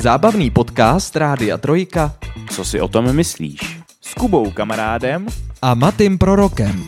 Zábavný podcast Rádia Trojka. Co si o tom myslíš? S Kubou Kamarádem A Matým Prorokem.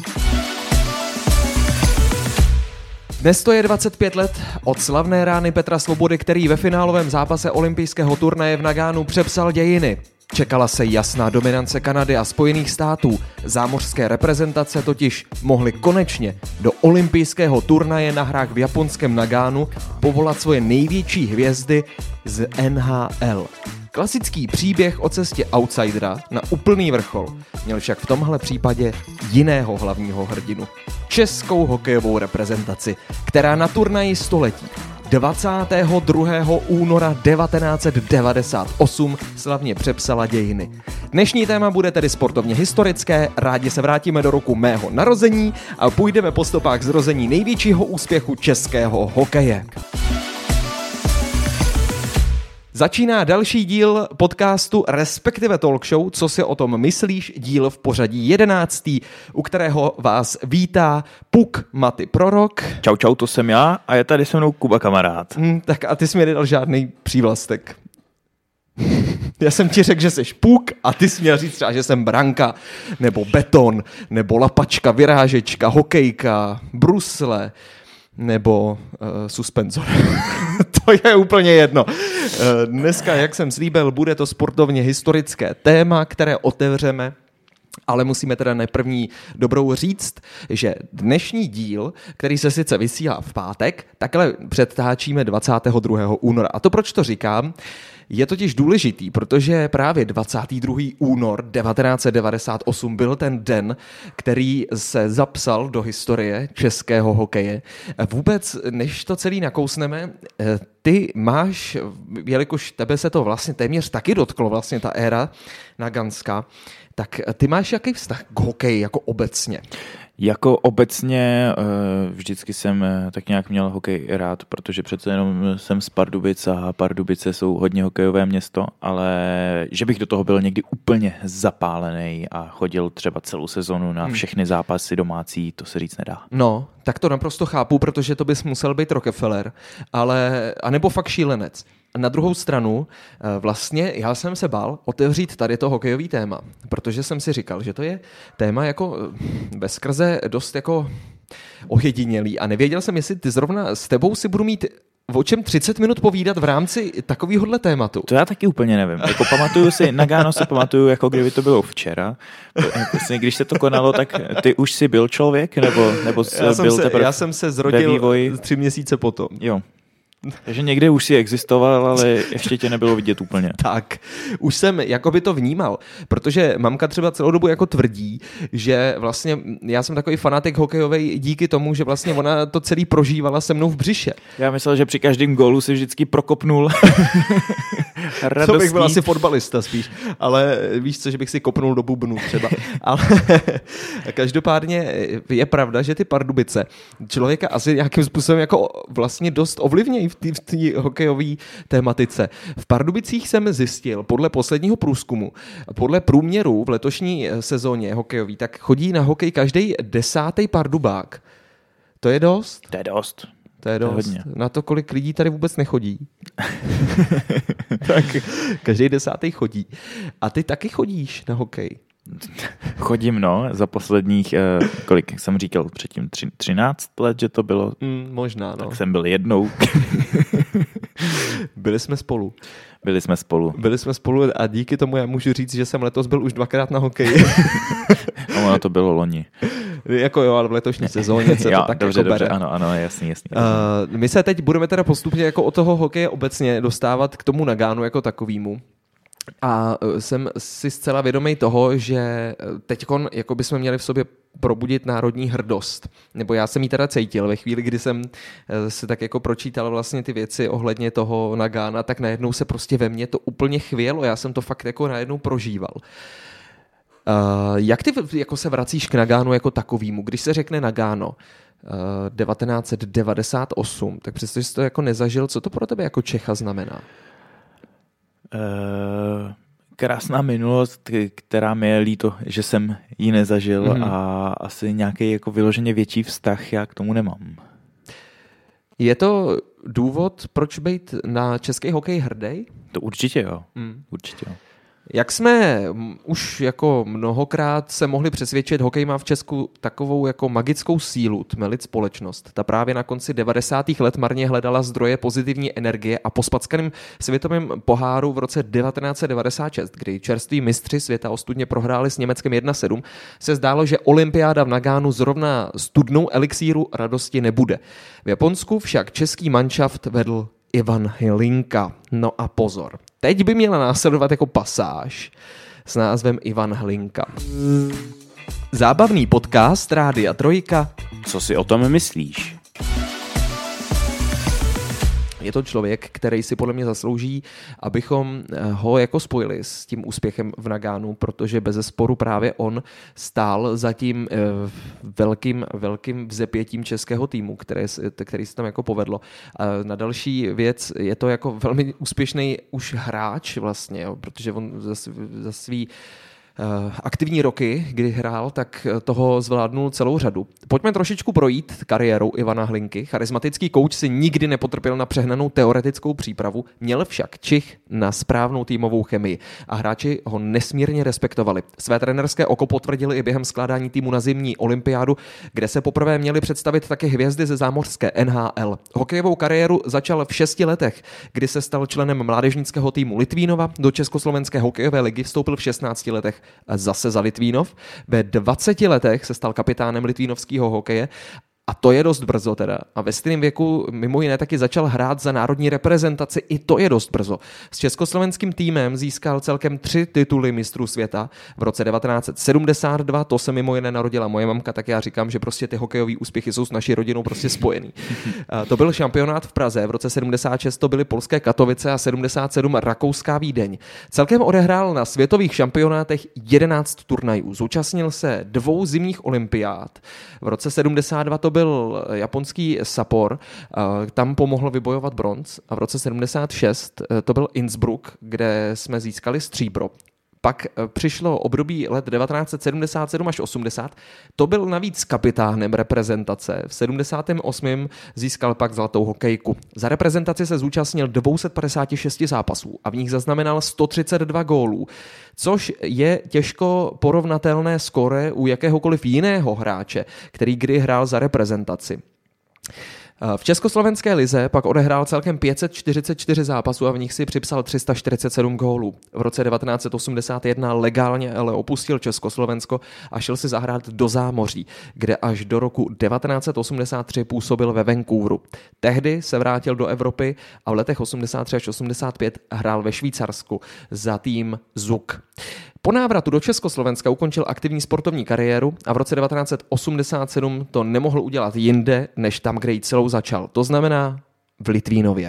Dnes to je 25 let od slavné rány Petra Svobody, který ve finálovém zápase olympijského turnaje v Nagánu přepsal dějiny. Čekala se jasná dominance Kanady a Spojených států. Zámořské reprezentace totiž mohly konečně do olympijského turnaje na hrách v japonském Nagánu povolat svoje největší hvězdy z NHL. Klasický příběh o cestě outsidera na úplný vrchol měl však v tomhle případě jiného hlavního hrdinu. Českou hokejovou reprezentaci, která na turnaji století 22. února 1998 slavně přepsala dějiny. Dnešní téma bude tedy sportovně historické, rádi se vrátíme do roku mého narození a půjdeme po stopách zrození největšího úspěchu českého hokeje. Začíná další díl podcastu, respektive talk show, Co si o tom myslíš, díl v pořadí 11., u kterého vás vítá Puk Maty Prorok. Čau, čau, to jsem já a je tady se mnou Kuba Kamarád. Tak a ty jsi mi nedal žádný přívlastek. Já jsem ti řekl, že jsi Puk a ty jsi měl říct třeba, že jsem branka, nebo beton, nebo lapačka, vyrážečka, hokejka, brusle, nebo suspenzor. To je úplně jedno. Dneska, jak jsem slíbil, bude to sportovně historické téma, které otevřeme, ale musíme teda nejprvní dobrou říct, že dnešní díl, který se sice vysílá v pátek, takhle předtáčíme 22. února. A to proč to říkám? Je totiž důležitý, protože právě 22. únor 1998 byl ten den, který se zapsal do historie českého hokeje. Vůbec, než to celý nakousneme, ty máš, jelikož tebe se to vlastně téměř taky dotklo, vlastně ta éra naganská, tak ty máš jaký vztah k hokeji jako obecně? Jako obecně vždycky jsem tak nějak měl hokej rád, protože přece jenom jsem z Pardubic a Pardubice jsou hodně hokejové město, ale že bych do toho byl někdy úplně zapálený a chodil třeba celou sezonu na všechny zápasy domácí, to se říct nedá. No, tak to naprosto chápu, protože to bys musel být Rockefeller, anebo fakt šílenec. Na druhou stranu, vlastně já jsem se bál otevřít tady to hokejový téma, protože jsem si říkal, že to je téma jako veskrze dost jako ojedinělý a nevěděl jsem, jestli ty zrovna s tebou si budu mít o čem 30 minut povídat v rámci takovýhodle tému. To já taky úplně nevím. Jako pamatuju si, Nagano se pamatuju, jako kdyby to bylo včera. Když se to konalo, tak ty už jsi byl člověk? Nebo já jsem se zrodil 3 měsíce potom. Jo. Takže někde už si existoval, ale ještě tě nebylo vidět úplně. Tak, už jsem jakoby to vnímal, protože mamka třeba celou dobu jako tvrdí, že vlastně já jsem takový fanatik hokejovej díky tomu, že vlastně ona to celý prožívala se mnou v břiše. Já myslel, že při každém gólu si vždycky prokopnul radostí. To bych byl asi fotbalista spíš, ale víš co, že bych si kopnul do bubnu třeba. Ale každopádně je pravda, že ty Pardubice člověka asi nějakým způsobem jako vlastně dost ovlivnějí v té hokejové tématice. V Pardubicích jsem zjistil, podle posledního průzkumu, podle průměru v letošní sezóně hokejový, tak chodí na hokej každý 10. Pardubák. To je dost? To je dost. To je dost. Na to, kolik lidí tady vůbec nechodí. Tak každý 10. chodí. A ty taky chodíš na hokej? Chodím, za posledních, kolik jsem říkal předtím, 13 let, že to bylo. Možná, no. Tak jsem byl jednou. Byli jsme spolu. Byli jsme spolu a díky tomu já můžu říct, že jsem letos byl už 2krát na hokeji. No, to bylo loni. Jako jo, ale v letošní sezóně se to tak dobře, jako dobře, bere. ano, jasný. My se teď budeme teda postupně jako od toho hokeje obecně dostávat k tomu Nagánu jako takovýmu. A jsem si zcela vědomý toho, že teďkon jako bychom měli v sobě probudit národní hrdost. Nebo já jsem ji teda cítil ve chvíli, kdy jsem si tak jako pročítal vlastně ty věci ohledně toho Nagána, tak najednou se prostě ve mně to úplně chvělo. Já jsem to fakt jako najednou prožíval. Jak ty jako se vracíš k Nagánu jako takovýmu? Když se řekne Nagano 1998, tak přestože jsi to jako nezažil, co to pro tebe jako Čecha znamená? Krásná minulost, která mi je líto, že jsem ji nezažil a asi nějaký jako vyloženě větší vztah já k tomu nemám. Je to důvod, proč být na český hokej hrdý? To určitě jo. Určitě jo. Jak jsme už jako mnohokrát se mohli přesvědčit, hokej má v Česku takovou jako magickou sílu tmelit společnost. Ta právě na konci 90. let marně hledala zdroje pozitivní energie a po spackaném světovém poháru v roce 1996, kdy čerství mistři světa ostudně prohráli s Německem 1-7, se zdálo, že olympiáda v Nagánu zrovna studnou elixíru radosti nebude. V Japonsku však český manšaft vedl Ivan Hlinka. No a pozor. Teď by měla následovat jako pasáž s názvem Ivan Hlinka. Zábavný podcast Rádia Trojka. Co si o tom myslíš? Je to člověk, který si podle mě zaslouží, abychom ho jako spojili s tím úspěchem v Nagánu, protože bezesporu právě on stál za tím velkým vzepětím českého týmu, který se tam jako povedlo. A na další věc je to jako velmi úspěšný už hráč vlastně, jo, protože on za svý aktivní roky, kdy hrál, tak toho zvládnul celou řadu. Pojďme trošičku projít kariérou Ivana Hlinky. Charismatický kouč si nikdy nepotrpěl na přehnanou teoretickou přípravu, měl však čich na správnou týmovou chemii a hráči ho nesmírně respektovali. Své trenérské oko potvrdili i během skládání týmu na zimní olympiádu, kde se poprvé měli představit také hvězdy ze zámořské NHL. Hokejovou kariéru začal v 6 letech, kdy se stal členem mládežnického týmu Litvínova, do Československé hokejové ligy vstoupil v 16 letech zase za Litvínov. Ve 20 letech se stal kapitánem litvínovského hokeje a to je dost brzo teda. A ve stejném věku mimo jiné taky začal hrát za národní reprezentaci, i to je dost brzo. S československým týmem získal celkem 3 tituly mistrů světa. V roce 1972, to se mimo jiné narodila moje mamka, tak já říkám, že prostě ty hokejové úspěchy jsou s naší rodinou prostě spojený. To byl šampionát v Praze, v roce 76 to byly polské Katovice a 77 rakouská Vídeň. Celkem odehrál na světových šampionátech 11 turnajů. Zúčastnil se 2 zimních olympiád. V roce 72 to byl japonský Sapporo, tam pomohl vybojovat bronz a v roce 76 to byl Innsbruck, kde jsme získali stříbro. Pak přišlo období let 1977 až 80. To byl navíc kapitánem reprezentace. V 78. získal pak zlatou hokejku. Za reprezentaci se zúčastnil 256 zápasů a v nich zaznamenal 132 gólů, což je těžko porovnatelné skóre u jakéhokoliv jiného hráče, který kdy hrál za reprezentaci. V československé lize pak odehrál celkem 544 zápasů a v nich si připsal 347 gólů. V roce 1981 legálně ale opustil Československo a šel si zahrát do zámoří, kde až do roku 1983 působil ve Vancouveru. Tehdy se vrátil do Evropy a v letech 83 až 85 hrál ve Švýcarsku za tým ZUK. Po návratu do Československa ukončil aktivní sportovní kariéru a v roce 1987 to nemohl udělat jinde, než tam, kde ji celou začal. To znamená v Litvínově.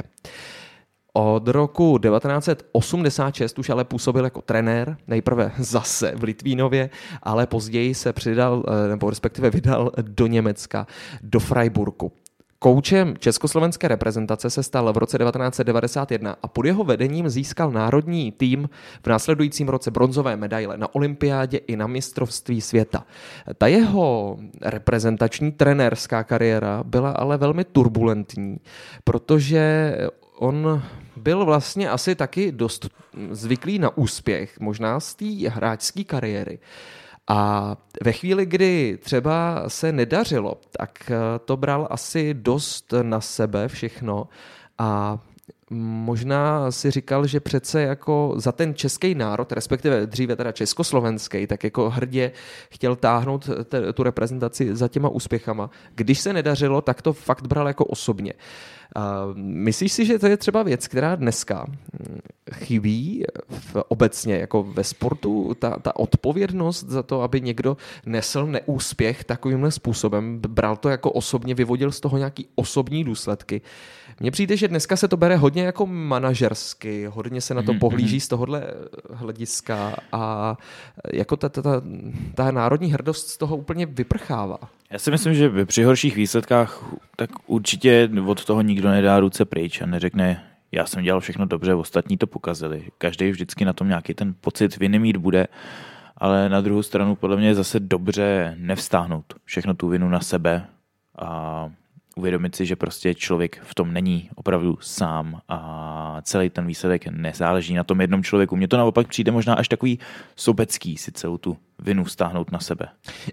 Od roku 1986 už ale působil jako trenér, nejprve zase v Litvínově, ale později se přidal, nebo respektive vydal do Německa, do Freiburgu. Koučem československé reprezentace se stal v roce 1991 a pod jeho vedením získal národní tým v následujícím roce bronzové medaile na olympiádě i na mistrovství světa. Ta jeho reprezentační trenérská kariéra byla ale velmi turbulentní, protože on byl vlastně asi taky dost zvyklý na úspěch, možná z té hráčské kariéry. A ve chvíli, kdy třeba se nedařilo, tak to bral asi dost na sebe všechno a možná si říkal, že přece jako za ten český národ, respektive dříve teda československý, tak jako hrdě chtěl táhnout tu reprezentaci za těma úspěchama. Když se nedařilo, tak to fakt bral jako osobně. Myslíš si, že to je třeba věc, která dneska chybí obecně jako ve sportu, ta odpovědnost za to, aby někdo nesl neúspěch takovýmhle způsobem, bral to jako osobně, vyvodil z toho nějaký osobní důsledky. Mně přijde, že dneska se to bere hodně jako manažersky, hodně se na to pohlíží z tohohle hlediska a jako ta národní hrdost z toho úplně vyprchává. Já si myslím, že při horších výsledkách tak určitě od toho nikdo nedá ruce pryč a neřekne, já jsem dělal všechno dobře, ostatní to pokazili. Každý vždycky na tom nějaký ten pocit viny mít bude, ale na druhou stranu podle mě je zase dobře nevstáhnout všechno tu vinu na sebe a uvědomit si, že prostě člověk v tom není opravdu sám a celý ten výsledek nezáleží na tom jednom člověku. Mně to naopak přijde možná až takový sobecký si celou tu vinu stáhnout na sebe.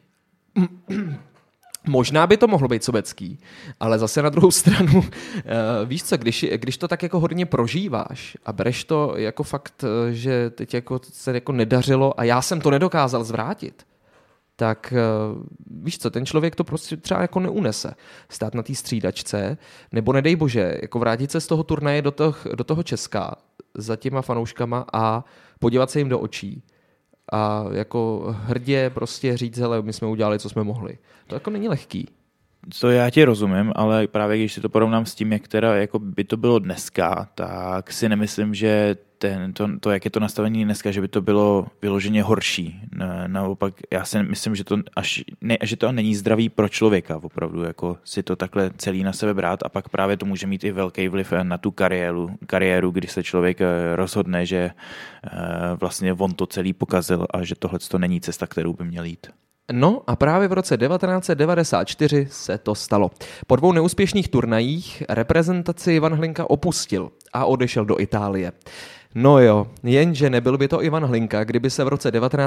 Možná by to mohlo být sobecký, ale zase na druhou stranu, víš co, když to tak jako hodně prožíváš a bereš to jako fakt, že teď jako se jako nedařilo a já jsem to nedokázal zvrátit, tak víš co, ten člověk to prostě třeba jako neunese. Stát na té střídačce, nebo nedej bože, jako vrátit se z toho turnaje do toho Česka za těma fanouškama a podívat se jim do očí a jako hrdě prostě říct, hele, my jsme udělali, co jsme mohli. To jako není lehký. Co já ti rozumím, ale právě když si to porovnám s tím, jak teda jako by to bylo dneska, tak si nemyslím, že to, jak je to nastavení dneska, že by to bylo vyloženě horší. Naopak, já si myslím, že to není zdravý pro člověka opravdu, jako si to takhle celý na sebe brát a pak právě to může mít i velký vliv na tu kariéru, když se člověk rozhodne, že vlastně on to celý pokazil a že tohle to není cesta, kterou by měl jít. No a právě v roce 1994 se to stalo. Po 2 neúspěšných turnajích reprezentaci Ivan Hlinka opustil a odešel do Itálie. No jo, jenže nebyl by to Ivan Hlinka, kdyby se v roce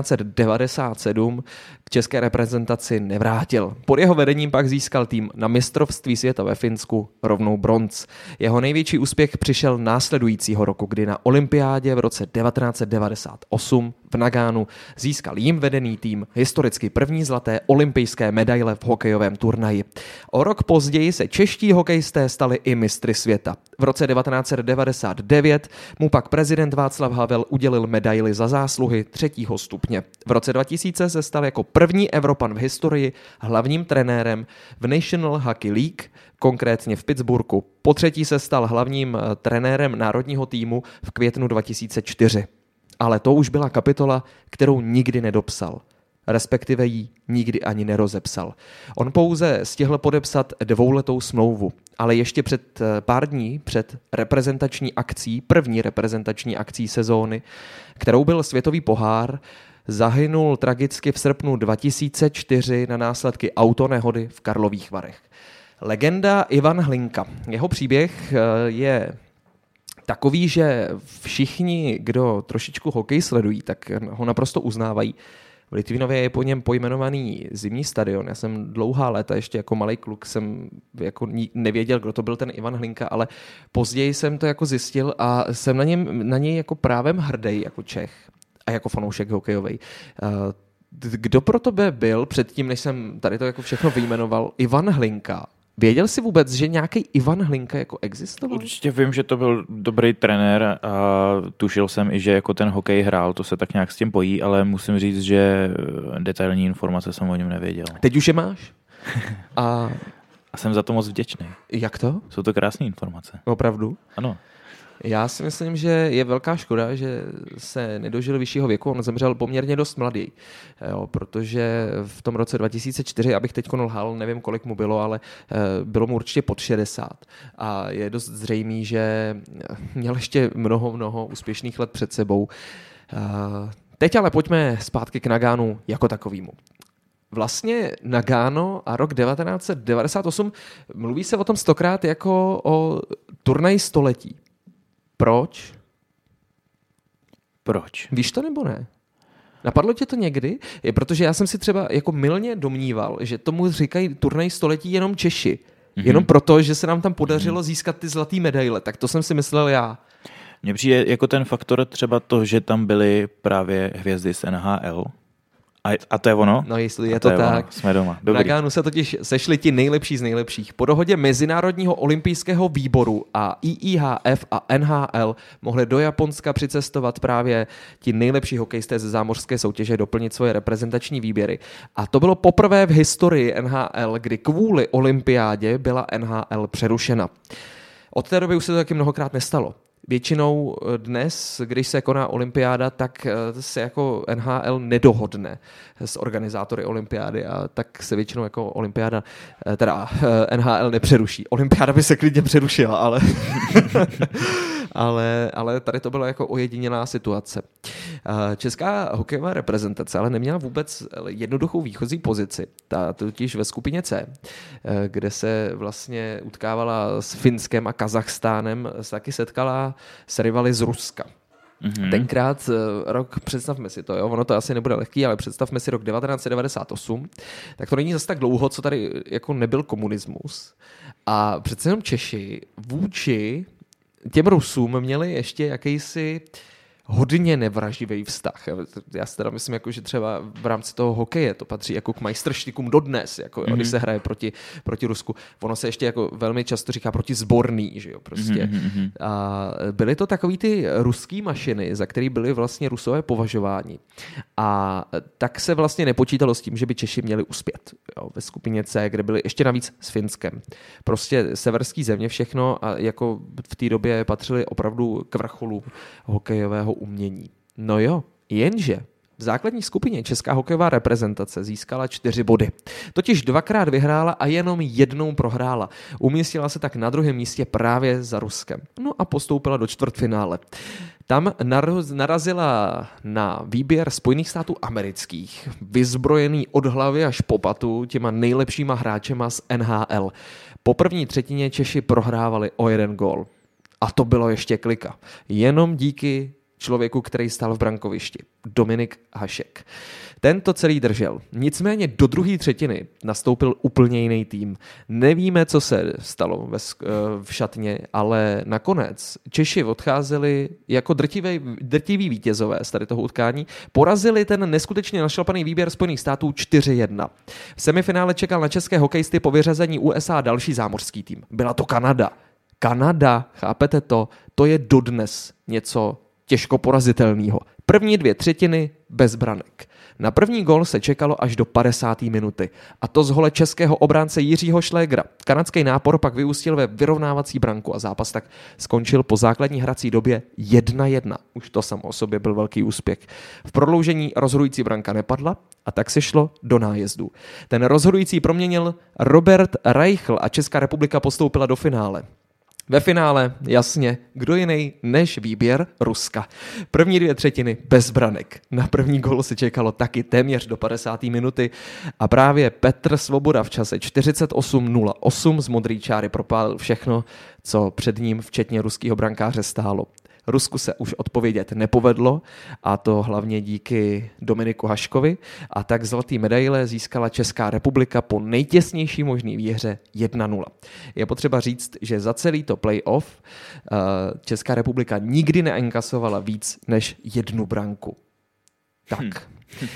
1997 k české reprezentaci nevrátil. Pod jeho vedením pak získal tým na mistrovství světa ve Finsku rovnou bronz. Jeho největší úspěch přišel následujícího roku, kdy na olympiádě v roce 1998 v Nagánu získal jím vedený tým historicky první zlaté olympijské medaile v hokejovém turnaji. O rok později se čeští hokejisté stali i mistry světa. V roce 1999 mu pak prezident Václav Havel udělil medaili za zásluhy 3. stupně. V roce 2000 se stal jako první Evropan v historii hlavním trenérem v National Hockey League, konkrétně v Pittsburghu. Po 3. se stal hlavním trenérem národního týmu v květnu 2004. Ale to už byla kapitola, kterou nikdy nedopsal. Respektive ji nikdy ani nerozepsal. On pouze stihl podepsat 2letou smlouvu, ale ještě před pár dní, před první reprezentační akcí sezóny, kterou byl světový pohár, zahynul tragicky v srpnu 2004 na následky autonehody v Karlových Varech. Legenda Ivan Hlinka. Jeho příběh je takový, že všichni, kdo trošičku hokej sledují, tak ho naprosto uznávají. V Litvínově je po něm pojmenovaný zimní stadion. Já jsem dlouhá léta, ještě jako malej kluk, jsem jako nevěděl, kdo to byl ten Ivan Hlinka, ale později jsem to jako zjistil a jsem na něj jako právem hrdý jako Čech a jako fanoušek hokejový. Kdo pro tebe byl předtím, než jsem tady to jako všechno vyjmenoval, Ivan Hlinka? Věděl jsi vůbec, že nějaký Ivan Hlinka jako existoval? Určitě vím, že to byl dobrý trenér a tušil jsem i, že jako ten hokej hrál, to se tak nějak s tím pojí, ale musím říct, že detailní informace jsem o něm nevěděl. Teď už je máš? A jsem za to moc vděčný. Jak to? Jsou to krásné informace. Opravdu? Ano. Já si myslím, že je velká škoda, že se nedožil vyššího věku. On zemřel poměrně dost mladý, jo, protože v tom roce 2004, abych teď lhal, nevím, kolik mu bylo, ale bylo mu určitě pod 60. A je dost zřejmý, že měl ještě mnoho úspěšných let před sebou. Teď ale pojďme zpátky k Nagánu jako takovýmu. Vlastně Nagano a rok 1998, mluví se o tom 100krát jako o turnaji století. Proč? Víš to nebo ne? Napadlo tě to někdy? Protože já jsem si třeba jako mylně domníval, že tomu říkají turnaj století jenom Češi. Jenom proto, že se nám tam podařilo získat ty zlatý medaile. Tak to jsem si myslel já. Mně přijde jako ten faktor třeba to, že tam byly právě hvězdy z NHL. A to je ono? No jestli je to tak. Ono. Jsme doma. V Nagánu se totiž sešli ti nejlepší z nejlepších. Po dohodě Mezinárodního olympijského výboru a IIHF a NHL mohli do Japonska přicestovat právě ti nejlepší hokejisté ze zámořské soutěže doplnit svoje reprezentační výběry. A to bylo poprvé v historii NHL, kdy kvůli olympiádě byla NHL přerušena. Od té doby už se to taky mnohokrát nestalo. Většinou dnes, když se koná olympiáda, tak se jako NHL nedohodne s organizátory olympiády a tak se většinou jako olympiáda, teda NHL nepřeruší. Olympiáda by se klidně přerušila, ale tady to byla jako ojedinělá situace. Česká hokejová reprezentace ale neměla vůbec jednoduchou výchozí pozici. Ta totiž ve skupině C, kde se vlastně utkávala s Finskem a Kazachstánem, se taky setkala s rivaly z Ruska. Mm-hmm. Tenkrát rok, představme si to, jo, ono to asi nebude lehký, ale představme si rok 1998, tak to není zase tak dlouho, co tady jako nebyl komunismus. A přece jenom Češi vůči těm Rusům měli ještě jakýsi hodně nevraživý vztah. Já si teda myslím, jako, že třeba v rámci toho hokeje to patří jako k majstrštikům dodnes, jako, když se hraje proti Rusku. Ono se ještě jako velmi často říká proti sborný, že jo, prostě. A byly to takový ty ruský mašiny, za který byli vlastně Rusové považováni. A tak se vlastně nepočítalo s tím, že by Češi měli uspět, jo, ve skupině C, kde byli ještě navíc s Finskem. Prostě severský země všechno a jako v té době patřili opravdu k vrcholu hokejového umění. No jo, jenže v základní skupině česká hokejová reprezentace získala 4 body. Totiž 2krát vyhrála a jenom jednou prohrála. Umístila se tak na druhém místě právě za Ruskem. No a postoupila do čtvrtfinále. Tam narazila na výběr Spojených států amerických, vyzbrojený od hlavy až po patu těma nejlepšíma hráčema z NHL. Po první třetině Češi prohrávali o 1 gól. A to bylo ještě klika. Jenom díky člověku, který stál v brankovišti. Dominik Hašek. Ten to celý držel. Nicméně do druhé třetiny nastoupil úplně jiný tým. Nevíme, co se stalo v šatně, ale nakonec Češi odcházeli jako drtiví vítězové z tady toho utkání. Porazili ten neskutečně našlapaný výběr Spojených států 4-1. V semifinále čekal na české hokejisty po vyřazení USA další zámořský tým. Byla to Kanada. Kanada, chápete to? To je dodnes něco těžko porazitelného. První 2 třetiny bez branek. Na první gól se čekalo až do 50. minuty. A to z hole českého obránce Jiřího Šlégra. Kanadský nápor pak vyústil ve vyrovnávací branku a zápas tak skončil po základní hrací době 1-1. Už to samo o sobě byl velký úspěch. V prodloužení rozhodující branka nepadla a tak se šlo do nájezdu. Ten rozhodující proměnil Robert Reichl a Česká republika postoupila do finále. Ve finále, jasně, kdo jiný než výběr Ruska. První 2 třetiny bez branek. Na první gól se čekalo taky téměř do 50. minuty a právě Petr Svoboda v čase 48:08 z modrý čáry propálil všechno, co před ním včetně ruského brankáře stálo. Rusku se už odpovědět nepovedlo, a to hlavně díky Dominiku Haškovi, a tak zlatý medaile získala Česká republika po nejtěsnější možný výhře 1-0. Je potřeba říct, že za celý to playoff Česká republika nikdy neinkasovala víc než 1 branku. Tak.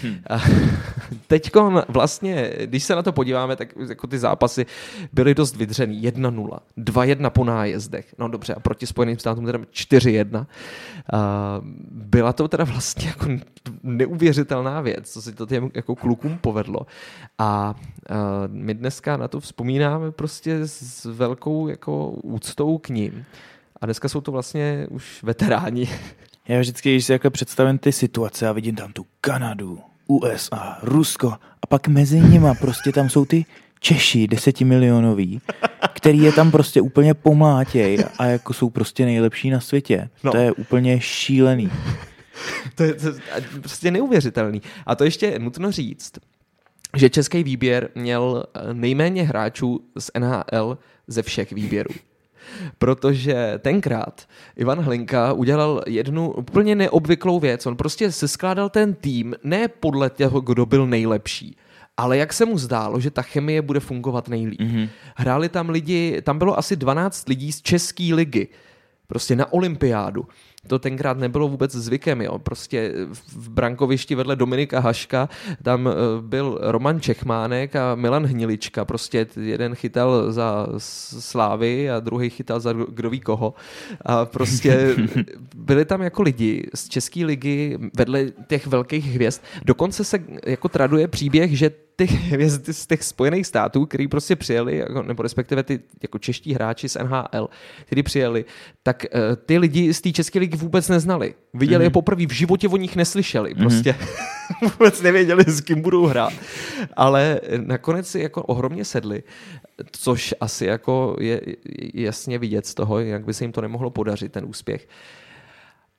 Teďkon vlastně, když se na to podíváme, tak jako ty zápasy byly dost vydřený. 1-0, 2-1 po nájezdech. No dobře, a proti Spojeným státům teda 4-1. Byla to teda vlastně jako neuvěřitelná věc, co se to těm jako klukům povedlo. A my dneska na to vzpomínáme prostě s velkou jako úctou k nim. A dneska jsou to vlastně už veteráni. Já vždycky, když si jako představím ty situace a vidím tam tu Kanadu, USA, Rusko a pak mezi nima prostě tam jsou ty Češi 10 milionoví, který je tam prostě úplně pomlátěj a jako jsou prostě nejlepší na světě. No. To je úplně šílený. To je prostě neuvěřitelný. A to ještě nutno říct, že český výběr měl nejméně hráčů z NHL ze všech výběrů. Protože tenkrát Ivan Hlinka udělal jednu úplně neobvyklou věc. On prostě seskládal ten tým ne podle toho, kdo byl nejlepší, ale jak se mu zdálo, že ta chemie bude fungovat nejlíp. Mm-hmm. Hráli tam lidi, tam bylo asi 12 lidí z české ligy, prostě na olympiádu. To tenkrát nebylo vůbec zvykem, jo. Prostě v brankovišti vedle Dominika Haška tam byl Roman Čechmánek a Milan Hnilička. Prostě jeden chytal za Slávy a druhý chytal za kdo ví koho. A prostě byli tam jako lidi z české ligy vedle těch velkých hvězd. Dokonce se jako traduje příběh, že ty hvězdy z těch Spojených států, který prostě přijeli, nebo respektive ty jako čeští hráči z NHL, kteří přijeli, tak ty lidi z té české ligy vůbec neznali. Viděli je poprvé, v životě o nich neslyšeli. Prostě vůbec nevěděli, s kým budou hrát. Ale nakonec si jako ohromně sedli, což asi jako je jasně vidět z toho, jak by se jim to nemohlo podařit, ten úspěch.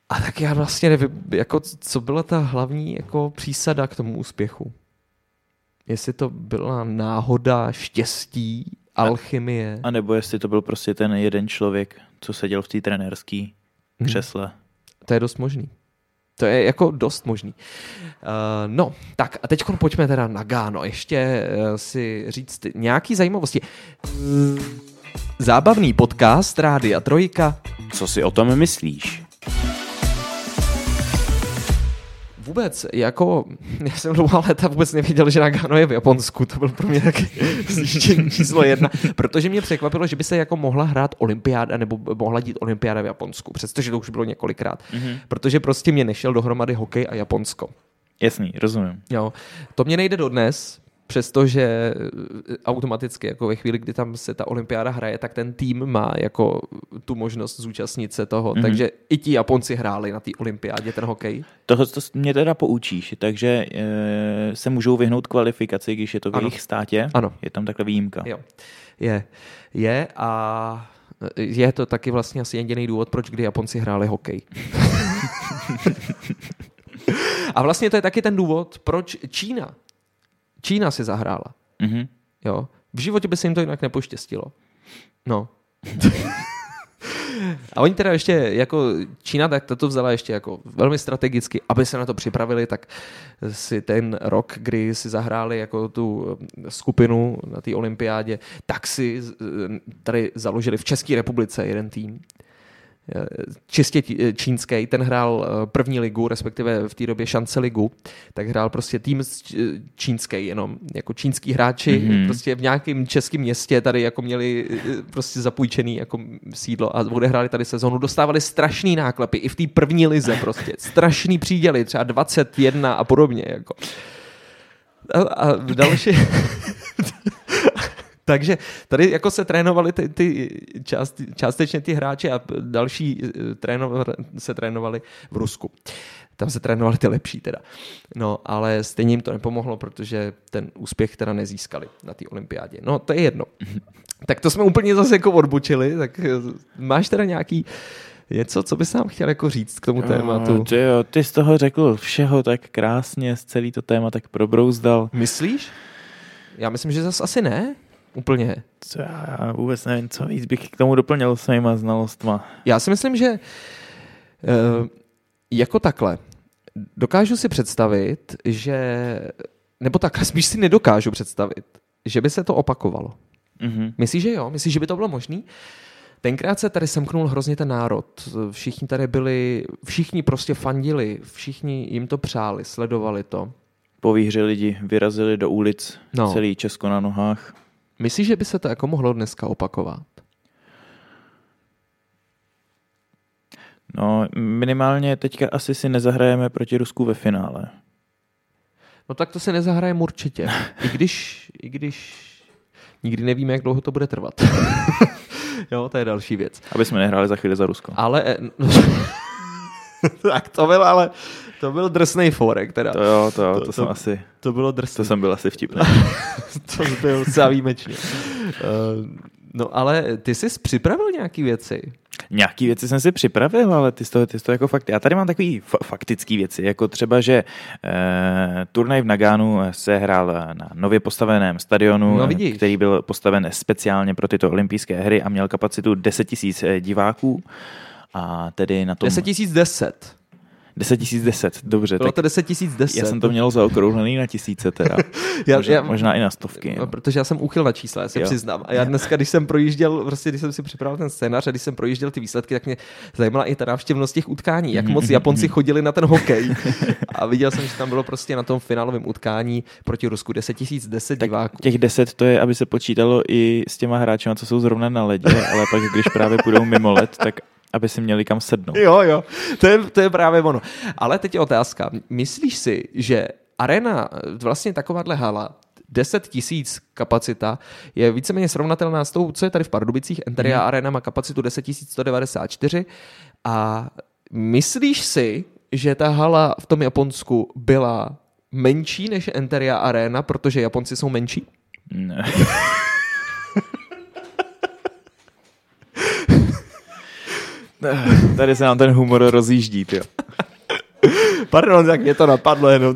A tak já vlastně nevím, jako, co byla ta hlavní jako přísada k tomu úspěchu. Jestli to byla náhoda, štěstí, alchymie. A nebo jestli to byl prostě ten jeden člověk, co seděl v té trenérské křesle. To je dost možný. To je jako dost možný. No, tak a teď pojďme teda na Ghano. Ještě si říct nějaký zajímavosti. Zábavný podcast Rádia Trojka. Co si o tom myslíš? Vůbec, jako, já jsem dlouhá léta vůbec nevěděl, že Nagano je v Japonsku, to byl pro mě taky zjištění číslo 1, protože mě překvapilo, že by se jako mohla hrát olympiáda, nebo mohla dít olympiáda v Japonsku, přestože to už bylo několikrát, protože prostě mě nešel dohromady hokej a Japonsko. Jasný, rozumím. Jo, to mě nejde dodnes, přestože automaticky jako ve chvíli, kdy tam se ta olympiáda hraje, tak ten tým má jako tu možnost zúčastnit se toho. Takže i ti Japonci hráli na té olympiádě ten hokej. Tohle mě teda poučíš, takže se můžou vyhnout kvalifikaci, když je to v jejich státě? Ano. Je tam takhle výjimka? Jo. Je a je to taky vlastně asi jediný důvod, proč kdy Japonci hráli hokej. A vlastně to je taky ten důvod, proč Čína si zahrála. Mm-hmm. Jo. V životě by se jim to jinak nepoštěstilo. No. A oni teda ještě jako Čína tak to vzala ještě jako velmi strategicky, aby se na to připravili, tak si ten rok, kdy si zahráli jako tu skupinu na té olympiádě, tak si tady založili v České republice jeden tým. Čistě čínský, ten hrál první ligu, respektive v té době šance ligu, tak hrál prostě tým čínský, jenom jako čínský hráči, prostě v nějakém českém městě tady jako měli prostě zapůjčený jako sídlo a odehráli tady sezonu, dostávali strašný náklepy i v té první lize prostě, strašný příděly, třeba 21 a podobně, jako. A další... Takže tady jako se trénovali částečně ty hráči a další se trénovali v Rusku. Tam se trénovali ty lepší teda. No, ale stejně jim to nepomohlo, protože ten úspěch teda nezískali na té olympiádě. No, to je jedno. Tak to jsme úplně zase jako odbočili, tak máš teda nějaký něco, co bys nám chtěl jako říct k tomu tématu? Ty z toho řekl všeho tak krásně, z celý to téma tak probrouzdal. Myslíš? Já myslím, že zase asi ne. Úplně. Co já vůbec nevím, co víc bych k tomu doplnil svýma znalostma. Já si myslím, že jako takhle dokážu si představit, že nebo takhle spíš si nedokážu představit, že by se to opakovalo. Mm-hmm. Myslíš, že jo? Myslíš, že by to bylo možný? Tenkrát se tady semknul hrozně ten národ. Všichni tady byli, všichni prostě fandili, všichni jim to přáli, sledovali to. Po výhře lidi vyrazili do ulic, celý Česko na nohách. Myslíš, že by se to jako mohlo dneska opakovat? No, minimálně teďka asi si nezahrajeme proti Rusku ve finále. No tak to se nezahrajeme určitě. I když nikdy nevíme, jak dlouho to bude trvat. Jo, to je další věc. Aby jsme nehráli za chvíli za Rusko. Ale... tak to byl drsnej forek teda. To jsem asi... To bylo drsný. To jsem byl asi vtipný. To byl docela výjimečný. No ale ty jsi připravil nějaký věci? Nějaký věci jsem si připravil, ale ty jsi to jako fakt. Já tady mám takový faktický věci, jako třeba, že turnaj v Naganu se hrál na nově postaveném stadionu, který byl postaven speciálně pro tyto olympijské hry a měl kapacitu 10 000 diváků. A tedy na tom... 10 010. 10 010, dobře. Bylo to 10 010. Já jsem to měl zaokrouhlený na tisíce teda. Možná i na stovky. No, protože já jsem úchyl na čísla, já se přiznám. A já dneska, když jsem projížděl, prostě když jsem si připravil ten scénář a když jsem projížděl ty výsledky, tak mě zajímala i ta návštěvnost těch utkání, jak moc Japonci chodili na ten hokej. A viděl jsem, že tam bylo prostě na tom finálovém utkání proti Rusku 10 010 diváků. Těch 10 to je, aby se počítalo i s těma hráčima, co jsou zrovna na ledě, ale pak když právě půjdou mimo led, tak aby si měli kam sednout. Jo, to je právě ono. Ale teď je otázka. Myslíš si, že arena, vlastně takováhle hala, 10 000 kapacita, je víceméně srovnatelná s tou, co je tady v Pardubicích? Enteria Arena má kapacitu 10 194 a myslíš si, že ta hala v tom Japonsku byla menší než Enteria Arena, protože Japonci jsou menší? Ne. Tady se nám ten humor rozjíždí, jo. Pardon, tak mě to napadlo jenom.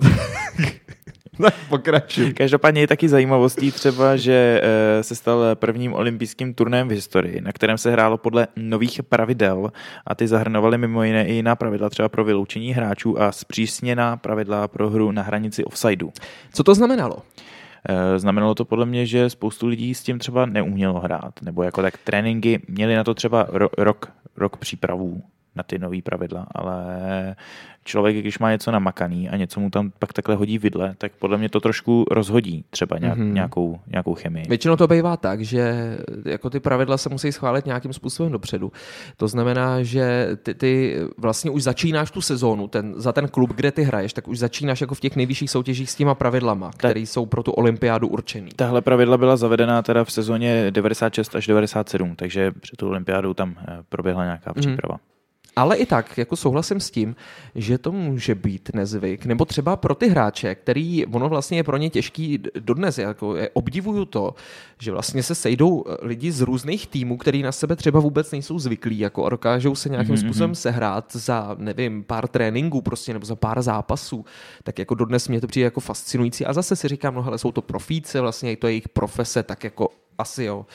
Tak pokračuj. Každopádně je taky zajímavostí třeba, že se stal prvním olympijským turnajem v historii, na kterém se hrálo podle nových pravidel a ty zahrnovaly mimo jiné i jiná pravidla třeba pro vyloučení hráčů a zpřísněná pravidla pro hru na hranici offsideu. Co to znamenalo? Znamenalo to podle mě, že spoustu lidí s tím třeba neumělo hrát, nebo jako tak tréninky měli na to třeba rok přípravů na ty nový pravidla, ale člověk, když má něco namakaný a něco mu tam pak takhle hodí vidle, tak podle mě to trošku rozhodí třeba nějakou chemii. Většinou to bývá tak, že jako ty pravidla se musí schválit nějakým způsobem dopředu. To znamená, že ty vlastně už začínáš tu sezónu, za ten klub, kde ty hraješ, tak už začínáš jako v těch nejvyšších soutěžích s těma pravidlama, které jsou pro tu olympiádu určený. Tahle pravidla byla zavedená teda v sezóně 96 až 97, takže před tu olympiádou tam proběhla nějaká příprava. Ale i tak, jako souhlasím s tím, že to může být nezvyk, nebo třeba pro ty hráče, který, ono vlastně je pro ně těžký dodnes, jako obdivuju to, že vlastně se sejdou lidi z různých týmů, který na sebe třeba vůbec nejsou zvyklí, jako a dokážou se nějakým způsobem sehrát za, nevím, pár tréninků prostě, nebo za pár zápasů, tak jako dodnes mě to přijde jako fascinující a zase si říkám, no hele, jsou to profíci, vlastně i to jejich profese, tak jako asi jo.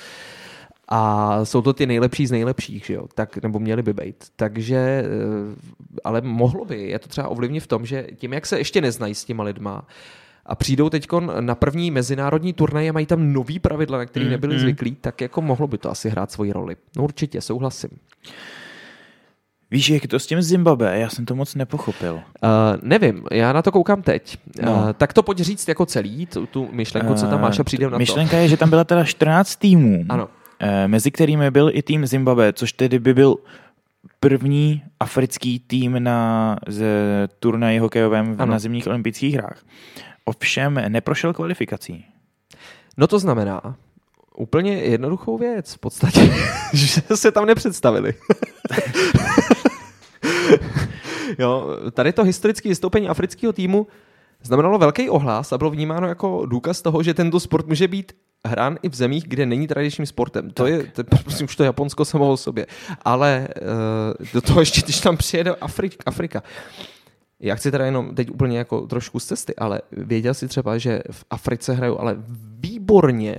A jsou to ty nejlepší z nejlepších, že jo? Tak, nebo měli by být. Takže, ale mohlo by. Je to třeba ovlivnit v tom, že tím, jak se ještě neznají s těma lidma a přijdou teď na první mezinárodní turnaj a mají tam nový pravidla, na který nebyli zvyklí, tak jako mohlo by to asi hrát svoji roli. No určitě, souhlasím. Víš, jak to s tím Zimbabwe? Já jsem to moc nepochopil. Nevím, já na to koukám teď. Tak to pojď říct jako celý, tu myšlenku, co tam máš a přijdem na to. Myšlenka je, že tam byla teda 14 týmů. Ano. Mezi kterými byl i tým Zimbabwe, což tedy by byl první africký tým na turnaji hokejovém na zimních olympijských hrách. Ovšem neprošel kvalifikací. No to znamená úplně jednoduchou věc v podstatě, že se tam nepředstavili. Jo, tady to historické vystoupení afrického týmu znamenalo velký ohlas a bylo vnímáno jako důkaz toho, že tento sport může být hrán i v zemích, kde není tradičním sportem. To je prostě už to Japonsko samo o sobě. Ale do toho ještě, když tam přijede Afrika. Já chci teda jenom teď úplně jako trošku z cesty, ale věděl si třeba, že v Africe hrajou ale výborně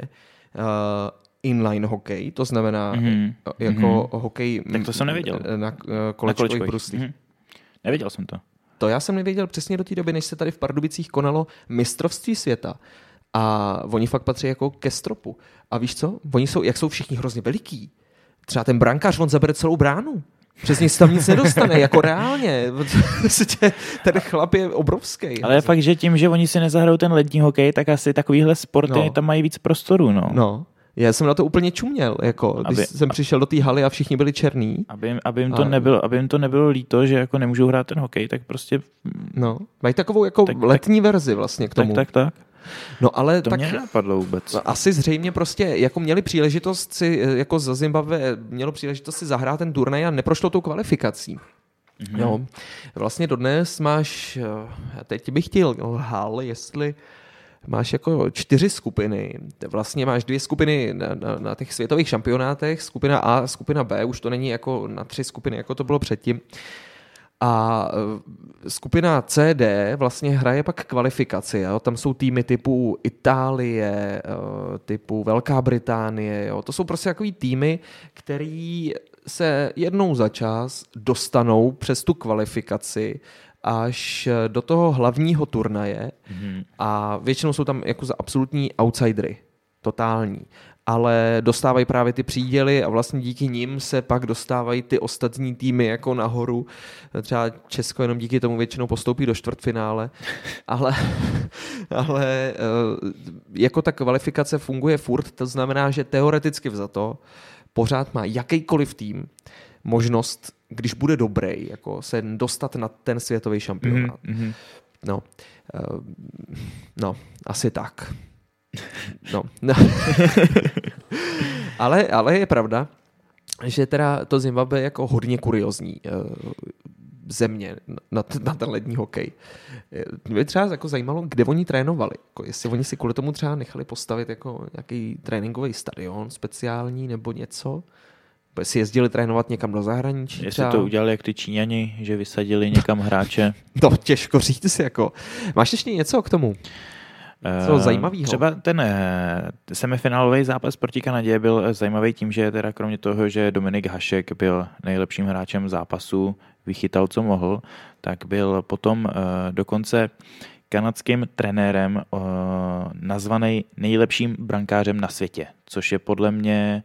inline hokej, to znamená jako hokej tak to jsem nevěděl. Na kolečkových bruslích. Nevěděl jsem to. To já jsem nevěděl přesně do té doby, než se tady v Pardubicích konalo mistrovství světa. A oni fakt patří jako ke stropu. A víš co? Oni jsou, jak jsou všichni hrozně veliký. Třeba ten brankář, on zabere celou bránu. Přes něj se tam nic nedostane, jako reálně. Ten chlap je obrovský. Ale je fakt, že tím, že oni si nezahrajou ten lední hokej, tak asi takovýhle sporty tam mají víc prostoru. No. Já jsem na to úplně čuměl, jako, když jsem přišel do té haly a všichni byli černý. Aby jim to nebylo líto, že jako nemůžou hrát ten hokej, tak prostě... No, mají takovou jako letní verzi vlastně k tomu. Tak. No ale to tak mě nenapadlo vůbec. Asi zřejmě prostě jako měli příležitost si, jako za Zimbabwe mělo příležitost si zahrát ten turnaj a neprošlo tou kvalifikací. No, vlastně dodnes máš, teď bych chtěl lhal, jestli máš jako 4 skupiny. Vlastně máš 2 skupiny na těch světových šampionátech, skupina A, skupina B, už to není jako na 3 skupiny, jako to bylo předtím. A skupina C, D vlastně hraje pak kvalifikaci. Jo? Tam jsou týmy typu Itálie, typu Velká Británie. Jo? To jsou prostě takový týmy, který se jednou za čas dostanou přes tu kvalifikaci až do toho hlavního turnaje a většinou jsou tam jako za absolutní outsidery. Totální. Ale dostávají právě ty příděly a vlastně díky nim se pak dostávají ty ostatní týmy jako nahoru. Třeba Česko jenom díky tomu většinou postoupí do čtvrtfinále. Ale jako ta kvalifikace funguje furt, to znamená, že teoreticky vzato pořád má jakýkoliv tým možnost, když bude dobrý, jako se dostat na ten světový šampionát. No, asi tak. No. ale je pravda, že teda to Zimbabwe je jako hodně kuriozní země na ten lední hokej. Mě třeba jako zajímalo, kde oni trénovali. Jako jestli oni si kvůli tomu třeba nechali postavit jako nějaký tréninkový stadion speciální nebo něco. si jezdili trénovat někam do zahraničí. Jestli to udělali jak ty Číňani, že vysadili někam hráče. To těžko říct jako. Máš ještě něco k tomu? Co zajímavého? Třeba ten semifinálový zápas proti Kanadě byl zajímavý tím, že teda kromě toho, že Dominik Hašek byl nejlepším hráčem zápasu, vychytal, co mohl, tak byl potom dokonce kanadským trenérem nazvaný nejlepším brankářem na světě, což je podle mě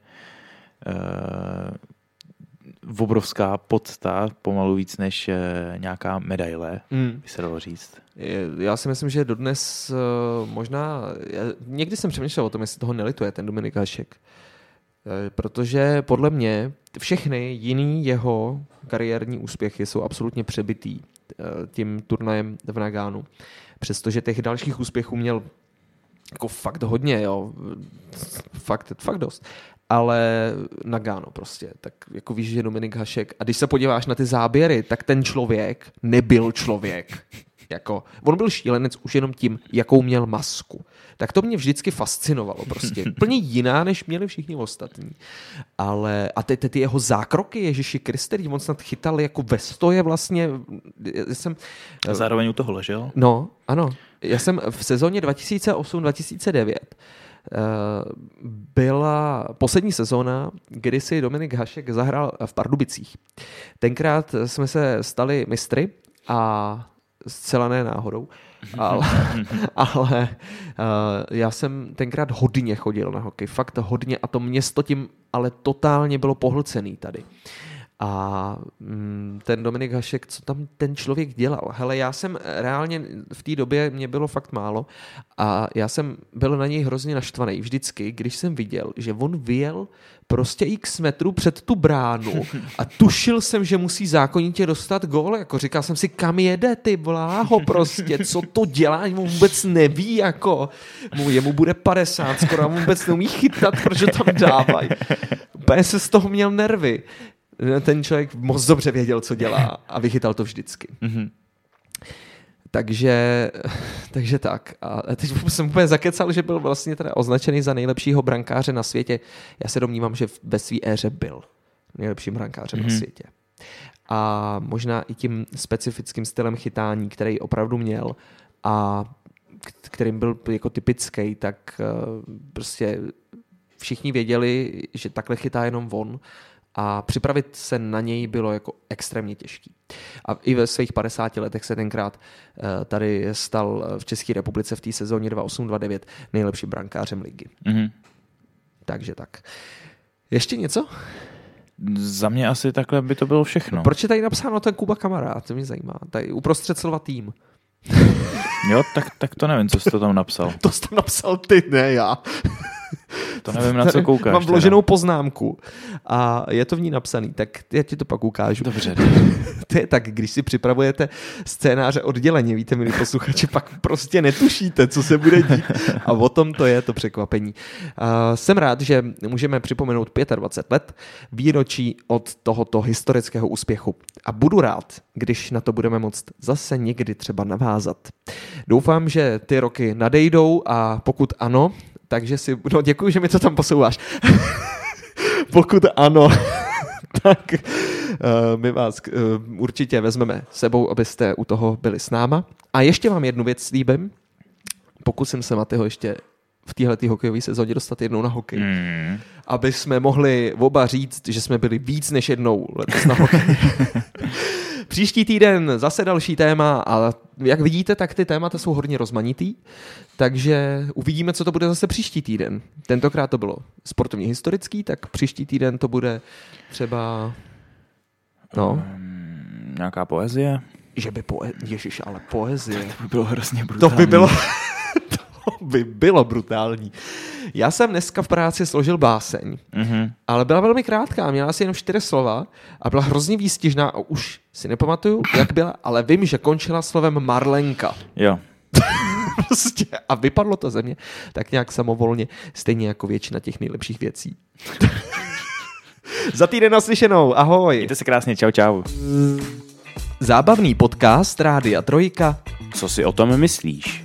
obrovská podsta, pomalu víc než nějaká medaile, by se dalo říct. Já si myslím, že dodnes možná, někdy jsem přemýšlel o tom, jestli toho nelituje ten Dominik Hašek, protože podle mě všechny jiný jeho kariérní úspěchy jsou absolutně přebitý tím turnajem v Nagánu. Přestože těch dalších úspěchů měl jako fakt hodně, jo. Fakt dost. Ale Nagano prostě. Tak jako víš, že Dominik Hašek. A když se podíváš na ty záběry, tak ten člověk nebyl člověk. Jako, on byl šílenec už jenom tím, jakou měl masku. Tak to mě vždycky fascinovalo prostě. Úplně jiná, než měli všichni ostatní. Ale a ty jeho zákroky, Ježiši Kriste, on snad chytal jako ve stoje vlastně. Zároveň u toho ležel? No, ano. Já jsem v sezóně 2008-2009 byla poslední sezóna, kdy si Dominik Hašek zahrál v Pardubicích. Tenkrát jsme se stali mistry a zcela ne náhodou, ale já jsem tenkrát hodně chodil na hokej, fakt hodně a to město tím ale totálně bylo pohlcený tady. A ten Dominik Hašek, co tam ten člověk dělal? Hele, já jsem reálně v té době, mě bylo fakt málo a já jsem byl na něj hrozně naštvaný vždycky, když jsem viděl, že on vyjel prostě x metrů před tu bránu a tušil jsem, že musí zákonitě dostat gól, jako říkal jsem si, kam jede ty bláho prostě, co to dělá, on vůbec neví, jako jemu bude 50, skoro a vůbec neumí chytat, protože tam dávají. Úplně se z toho měl nervy. Ten člověk moc dobře věděl, co dělá a vychytal to vždycky. Mm-hmm. Takže tak. A teď jsem úplně zakecal, že byl vlastně teda označený za nejlepšího brankáře na světě. Já se domnívám, že ve své éře byl nejlepším brankářem na světě. A možná i tím specifickým stylem chytání, který opravdu měl a kterým byl jako typický, tak prostě všichni věděli, že takhle chytá jenom on. A připravit se na něj bylo jako extrémně těžký. A i ve svých 50 letech se tenkrát tady stal v České republice v té sezóně 2008-2009 nejlepším brankářem ligy. Mm-hmm. Takže tak. Ještě něco? Za mě asi takhle by to bylo všechno. Proč je tady napsáno ten Kuba Kamarád? To mě zajímá. Tady uprostřed slova tým. Jo, tak to nevím, co jsi to tam napsal. To jsi tam napsal ty, ne já. To nevím, na co koukáš. Mám vloženou poznámku a je to v ní napsaný, tak já ti to pak ukážu. Dobře. To je tak, když si připravujete scénáře odděleně, víte, milí posluchači, pak prostě netušíte, co se bude dít a o tom to je to překvapení. Jsem rád, že můžeme připomenout 25 let výročí od tohoto historického úspěchu a budu rád, když na to budeme moct zase někdy třeba navázat. Doufám, že ty roky nadejdou a pokud ano, takže si, no děkuji, že mi to tam posouváš. Pokud ano, tak my vás určitě vezmeme sebou, abyste u toho byli s náma. A ještě vám jednu věc slíbím. Pokusím se Matyho ještě v téhletý hokejové sezóně dostat jednou na hokej. Aby jsme mohli oba říct, že jsme byli víc než jednou letos na hokej. Příští týden zase další téma a jak vidíte, tak ty témata jsou hodně rozmanitý, takže uvidíme, co to bude zase příští týden. Tentokrát to bylo sportovně historický, tak příští týden to bude třeba nějaká poezie? Že by Ježiš, ale poezie. To by bylo hrozně brutální. To by bylo brutální. Já jsem dneska v práci složil báseň, ale byla velmi krátká, měla asi jenom 4 slova a byla hrozně výstižná a už si nepamatuju, jak byla, ale vím, že končila slovem Marlenka. Jo. Prostě a vypadlo to ze mě tak nějak samovolně, stejně jako většina těch nejlepších věcí. Za týden naslyšenou, ahoj. Mějte se krásně, čau. Zábavný podcast Rádia Trojka. Co si o tom myslíš?